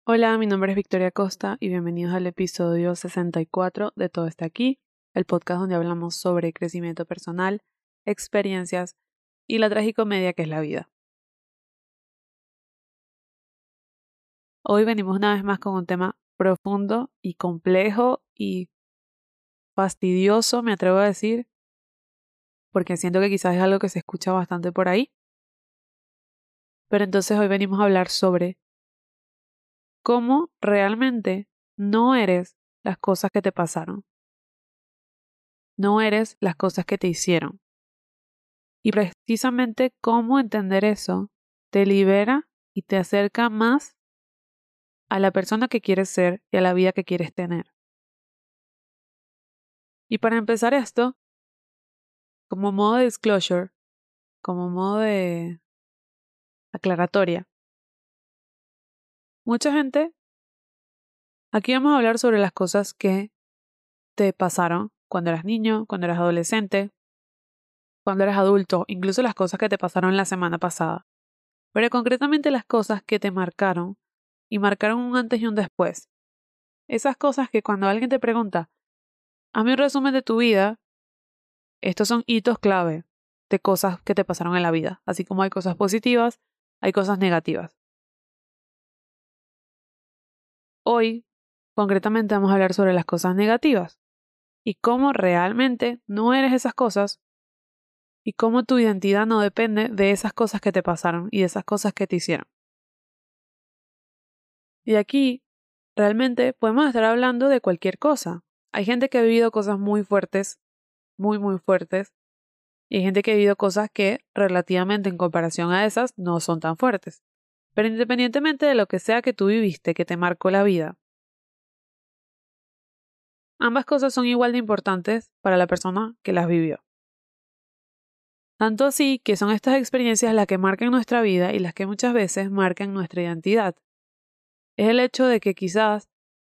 Hola, mi nombre es Victoria Costa y bienvenidos al episodio 64 de Todo está aquí, el podcast donde hablamos sobre crecimiento personal, experiencias y la tragicomedia que es la vida. Hoy venimos una vez más con un tema profundo y complejo y fastidioso, me atrevo a decir, porque siento que quizás es algo que se escucha bastante por ahí. Pero entonces hoy venimos a hablar sobre cómo realmente no eres las cosas que te pasaron, no eres las cosas que te hicieron. Y precisamente cómo entender eso te libera y te acerca más a la persona que quieres ser y a la vida que quieres tener. Y para empezar esto, como modo de disclosure, como modo de aclaratoria, mucha gente, aquí vamos a hablar sobre las cosas que te pasaron cuando eras niño, cuando eras adolescente, cuando eras adulto, incluso las cosas que te pasaron la semana pasada, pero concretamente las cosas que te marcaron y marcaron un antes y un después. Esas cosas que cuando alguien te pregunta, hazme un resumen de tu vida, estos son hitos clave de cosas que te pasaron en la vida, así como hay cosas positivas, hay cosas negativas. Hoy, concretamente, vamos a hablar sobre las cosas negativas y cómo realmente no eres esas cosas y cómo tu identidad no depende de esas cosas que te pasaron y de esas cosas que te hicieron. Y aquí, realmente, podemos estar hablando de cualquier cosa. Hay gente que ha vivido cosas muy fuertes, muy fuertes, y hay gente que ha vivido cosas que relativamente en comparación a esas no son tan fuertes. Pero independientemente de lo que sea que tú viviste, que te marcó la vida, ambas cosas son igual de importantes para la persona que las vivió. Tanto así que son estas experiencias las que marcan nuestra vida y las que muchas veces marcan nuestra identidad. Es el hecho de que quizás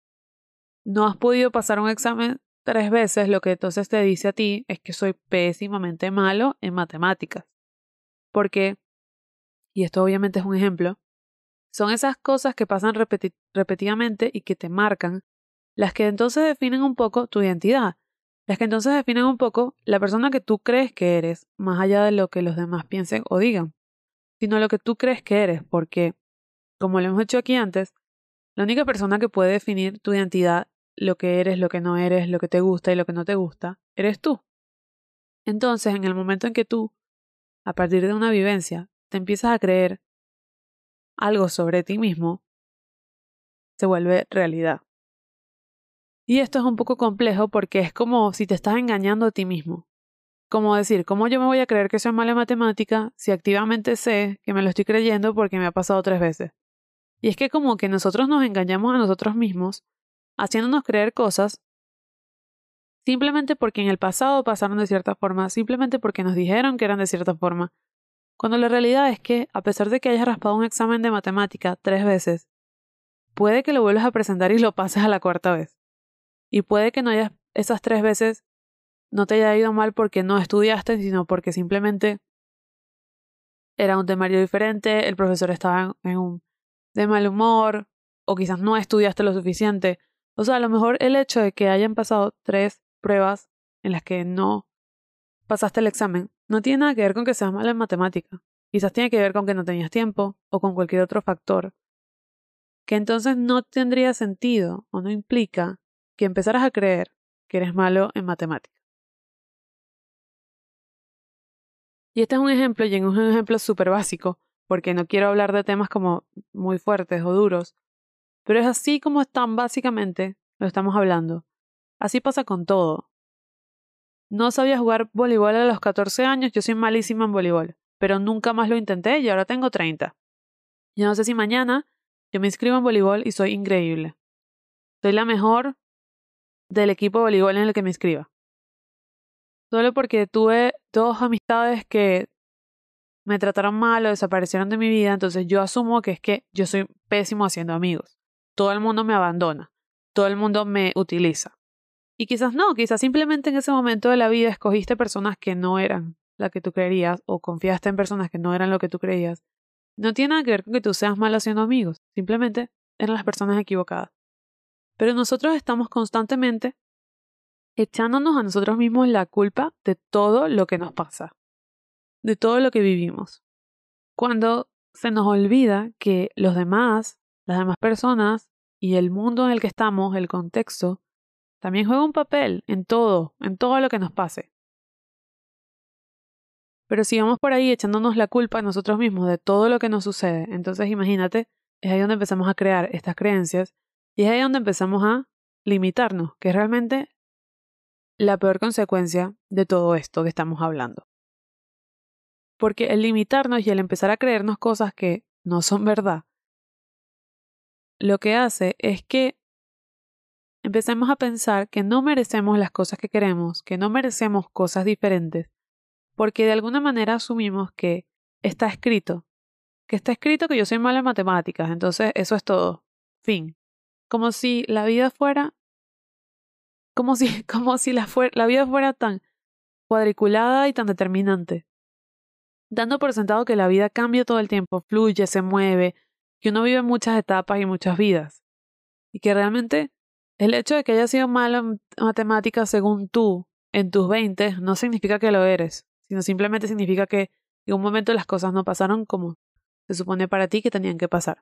no has podido pasar un examen 3 veces, lo que entonces te dice a ti es que soy pésimamente malo en matemáticas. Porque, y esto obviamente es un ejemplo, son esas cosas que pasan repetidamente y que te marcan, las que entonces definen un poco tu identidad, las que entonces definen un poco la persona que tú crees que eres, más allá de lo que los demás piensen o digan, sino lo que tú crees que eres, porque, como lo hemos hecho aquí antes, la única persona que puede definir tu identidad, lo que eres, lo que no eres, lo que te gusta y lo que no te gusta, eres tú. Entonces, en el momento en que tú, a partir de una vivencia, te empiezas a creer algo sobre ti mismo, se vuelve realidad. Y esto es un poco complejo porque es como si te estás engañando a ti mismo. Como decir, ¿cómo yo me voy a creer que soy mala en matemática si activamente sé que me lo estoy creyendo porque me ha pasado 3 veces? Y es que como que nosotros nos engañamos a nosotros mismos, haciéndonos creer cosas simplemente porque en el pasado pasaron de cierta forma, simplemente porque nos dijeron que eran de cierta forma, cuando la realidad es que, a pesar de que hayas raspado un examen de matemática 3 veces, puede que lo vuelvas a presentar y lo pases a la 4ª vez. Y puede que no hayas esas 3 veces no te haya ido mal porque no estudiaste, sino porque simplemente era un temario diferente, el profesor estaba en un de mal humor, o quizás no estudiaste lo suficiente. O sea, a lo mejor el hecho de que hayan pasado 3 pruebas en las que no pasaste el examen no tiene nada que ver con que seas mal en matemática. Quizás tiene que ver con que no tenías tiempo o con cualquier otro factor, que entonces no tendría sentido o no implica que empezaras a creer que eres malo en matemáticas. Y este es un ejemplo, y es un ejemplo súper básico, porque no quiero hablar de temas como muy fuertes o duros, pero es así como están básicamente, lo estamos hablando. Así pasa con todo. No sabía jugar voleibol a los 14 años, yo soy malísima en voleibol, pero nunca más lo intenté y ahora tengo 30. Yo no sé si mañana yo me inscribo en voleibol y soy increíble. Soy la mejor del equipo de voleibol en el que me inscriba. Solo porque tuve 2 amistades que me trataron mal o desaparecieron de mi vida, entonces yo asumo que es que yo soy pésimo haciendo amigos. Todo el mundo me abandona, todo el mundo me utiliza. Y quizás no, quizás simplemente en ese momento de la vida escogiste personas que no eran la que tú creías o confiaste en personas que no eran lo que tú creías. No tiene nada que ver con que tú seas mal haciendo amigos, simplemente eran las personas equivocadas. Pero nosotros estamos constantemente echándonos a nosotros mismos la culpa de todo lo que nos pasa, de todo lo que vivimos. Cuando se nos olvida que los demás, las demás personas y el mundo en el que estamos, el contexto, también juega un papel en todo lo que nos pase. Pero si vamos por ahí echándonos la culpa a nosotros mismos de todo lo que nos sucede, entonces imagínate, es ahí donde empezamos a crear estas creencias y es ahí donde empezamos a limitarnos, que es realmente la peor consecuencia de todo esto que estamos hablando. Porque el limitarnos y el empezar a creernos cosas que no son verdad, lo que hace es que empecemos a pensar que no merecemos las cosas que queremos, que no merecemos cosas diferentes, porque de alguna manera asumimos que está escrito que yo soy mala en matemáticas, entonces eso es todo. Fin. Como si la vida fuera la vida fuera tan cuadriculada y tan determinante, dando por sentado que la vida cambia todo el tiempo, fluye, se mueve, que uno vive muchas etapas y muchas vidas, y que realmente el hecho de que hayas sido malo en matemáticas según tú en tus 20 no significa que lo eres, sino simplemente significa que en un momento las cosas no pasaron como se supone para ti que tenían que pasar.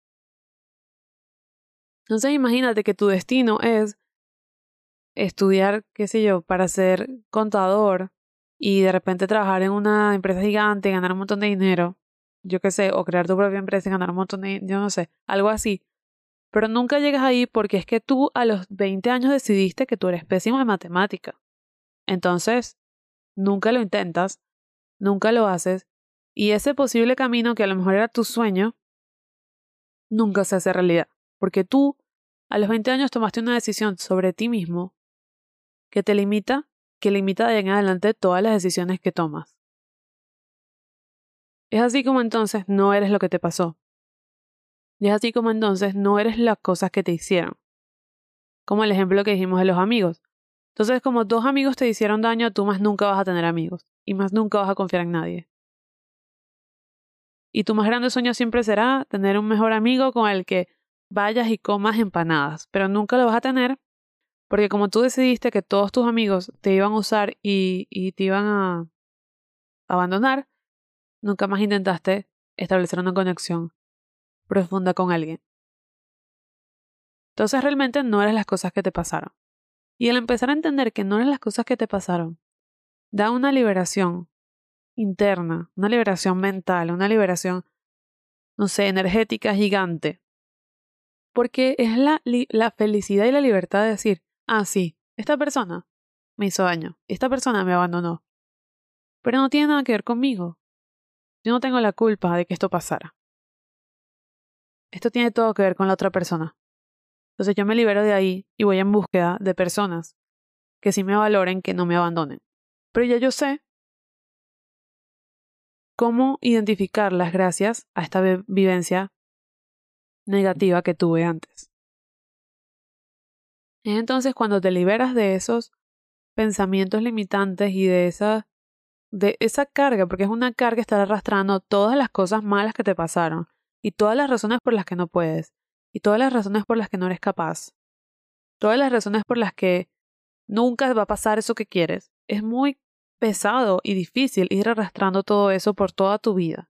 Entonces imagínate que tu destino es estudiar, qué sé yo, para ser contador y de repente trabajar en una empresa gigante y ganar un montón de dinero, yo qué sé, o crear tu propia empresa y ganar un montón de, yo no sé, algo así. Pero nunca llegas ahí porque es que tú a los 20 años decidiste que tú eres pésimo en matemática. Entonces, nunca lo intentas, nunca lo haces, y ese posible camino que a lo mejor era tu sueño, nunca se hace realidad. Porque tú, a los 20 años, tomaste una decisión sobre ti mismo que te limita, que limita de ahí en adelante todas las decisiones que tomas. Es así como entonces no eres lo que te pasó. Y es así como entonces no eres las cosas que te hicieron. Como el ejemplo que dijimos de los amigos. Entonces, como 2 amigos te hicieron daño, tú más nunca vas a tener amigos. Y más nunca vas a confiar en nadie. Y tu más grande sueño siempre será tener un mejor amigo con el que vayas y comas empanadas. Pero nunca lo vas a tener porque como tú decidiste que todos tus amigos te iban a usar y te iban a abandonar, nunca más intentaste establecer una conexión profunda con alguien. Entonces realmente no eres las cosas que te pasaron. Y al empezar a entender que no eres las cosas que te pasaron, da una liberación interna, una liberación mental, una liberación, no sé, energética gigante. Porque es la felicidad y la libertad de decir, ah, sí, esta persona me hizo daño, esta persona me abandonó, pero no tiene nada que ver conmigo. Yo no tengo la culpa de que esto pasara. Esto tiene todo que ver con la otra persona. Entonces yo me libero de ahí y voy en búsqueda de personas que sí me valoren, que no me abandonen. Pero ya yo sé cómo identificarlas gracias a esta vivencia negativa que tuve antes. Es entonces cuando te liberas de esos pensamientos limitantes y de esa carga, porque es una carga estar arrastrando todas las cosas malas que te pasaron y todas las razones por las que no puedes y todas las razones por las que no eres capaz, todas las razones por las que nunca va a pasar eso que quieres. Es muy pesado y difícil ir arrastrando todo eso por toda tu vida.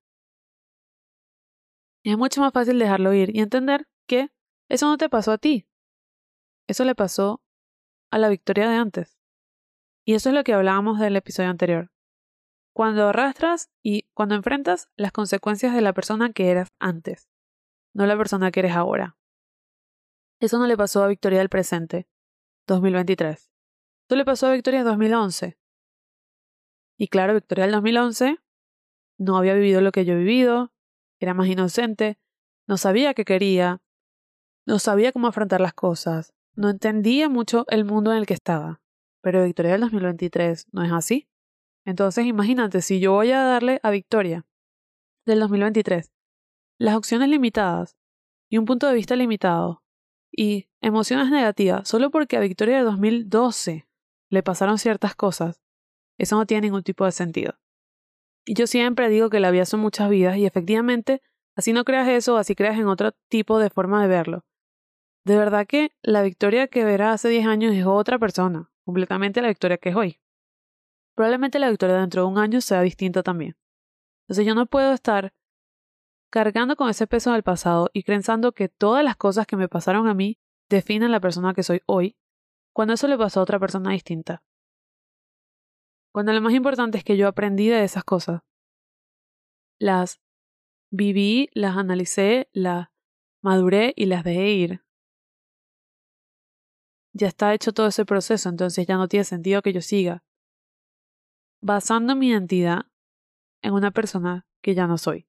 Es mucho más fácil dejarlo ir y entender que eso no te pasó a ti. Eso le pasó a la Victoria de antes. Y eso es lo que hablábamos del episodio anterior. Cuando arrastras y cuando enfrentas las consecuencias de la persona que eras antes, no la persona que eres ahora. Eso no le pasó a Victoria del presente, 2023. Eso le pasó a Victoria en 2011. Y claro, Victoria del 2011 no había vivido lo que yo he vivido, era más inocente, no sabía qué quería, no sabía cómo afrontar las cosas, no entendía mucho el mundo en el que estaba. Pero Victoria del 2023 no es así. Entonces imagínate, si yo voy a darle a Victoria del 2023 las opciones limitadas y un punto de vista limitado y emociones negativas solo porque a Victoria de 2012 le pasaron ciertas cosas, eso no tiene ningún tipo de sentido. Y yo siempre digo que la vida son muchas vidas y efectivamente Así no creas eso, así creas en otro tipo de forma de verlo. De verdad que la Victoria que verás hace 10 años es otra persona, completamente la Victoria que es hoy. Probablemente la Victoria dentro de un año sea distinta también. Entonces yo no puedo estar cargando con ese peso del pasado y pensando que todas las cosas que me pasaron a mí definen la persona que soy hoy, cuando eso le pasó a otra persona distinta. Cuando lo más importante es que yo aprendí de esas cosas. Las viví, las analicé, las maduré y las dejé ir. Ya está hecho todo ese proceso, entonces ya no tiene sentido que yo siga basando mi identidad en una persona que ya no soy.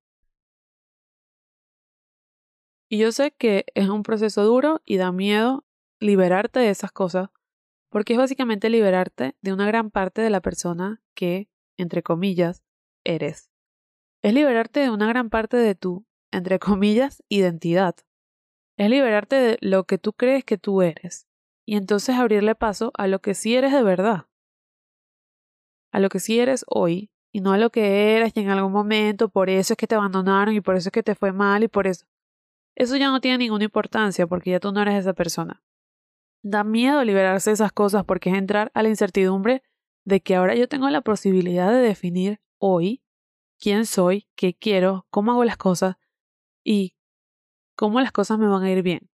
Y yo sé que es un proceso duro y da miedo liberarte de esas cosas, porque es básicamente liberarte de una gran parte de la persona que, entre comillas, eres. Es liberarte de una gran parte de tu, entre comillas, identidad. Es liberarte de lo que tú crees que tú eres. Y entonces abrirle paso a lo que sí eres de verdad. A lo que sí eres hoy y no a lo que eras y en algún momento por eso es que te abandonaron y por eso es que te fue mal y por eso. Eso ya no tiene ninguna importancia porque ya tú no eres esa persona. Da miedo liberarse de esas cosas porque es entrar a la incertidumbre de que ahora yo tengo la posibilidad de definir hoy quién soy, qué quiero, cómo hago las cosas y cómo las cosas me van a ir bien.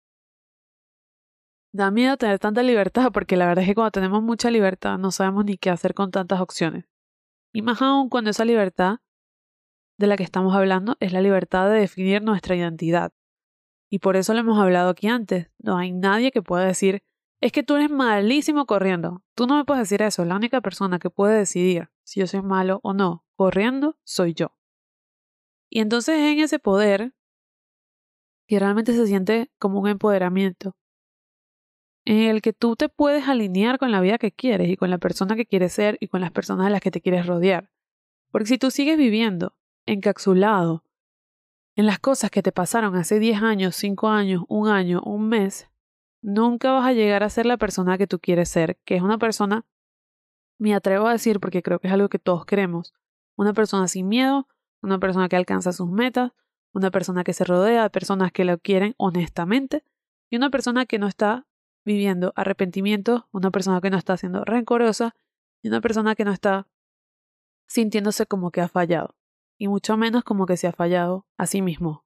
Da miedo tener tanta libertad porque la verdad es que cuando tenemos mucha libertad no sabemos ni qué hacer con tantas opciones. Y más aún cuando esa libertad de la que estamos hablando es la libertad de definir nuestra identidad. Y por eso lo hemos hablado aquí antes. No hay nadie que pueda decir, es que tú eres malísimo corriendo. Tú no me puedes decir eso. La única persona que puede decidir si yo soy malo o no corriendo soy yo. Y entonces en ese poder, que realmente se siente como un empoderamiento, en el que tú te puedes alinear con la vida que quieres y con la persona que quieres ser y con las personas de las que te quieres rodear. Porque si tú sigues viviendo encapsulado en las cosas que te pasaron hace 10 años, 5 años, un mes, nunca vas a llegar a ser la persona que tú quieres ser, que es una persona, me atrevo a decir porque creo que es algo que todos queremos, una persona sin miedo, una persona que alcanza sus metas, una persona que se rodea de personas que lo quieren honestamente y una persona que no está viviendo arrepentimientos, una persona que no está siendo rencorosa y una persona que no está sintiéndose como que ha fallado, y mucho menos como que se ha fallado a sí mismo.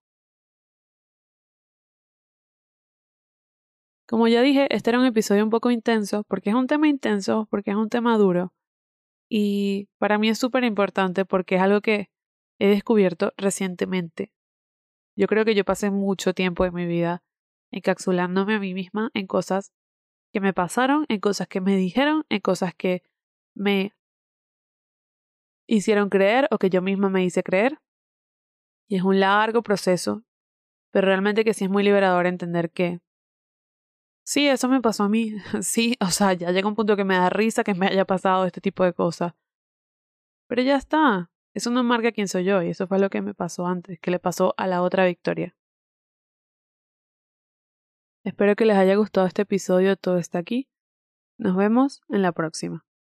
Como ya dije, este era un episodio un poco intenso, porque es un tema intenso, porque es un tema duro, y para mí es súper importante porque es algo que he descubierto recientemente. Yo creo que yo pasé mucho tiempo de mi vida encapsulándome a mí misma en cosas que me pasaron, en cosas que me dijeron, en cosas que me hicieron creer o que yo misma me hice creer. Y es un largo proceso, pero realmente que sí es muy liberador entender que sí, eso me pasó a mí. Sí, o sea, ya llega un punto que me da risa que me haya pasado este tipo de cosas. Pero ya está. Eso no marca quién soy yo y eso fue lo que me pasó antes, que le pasó a la otra Victoria. Espero que les haya gustado este episodio. Todo está aquí. Nos vemos en la próxima.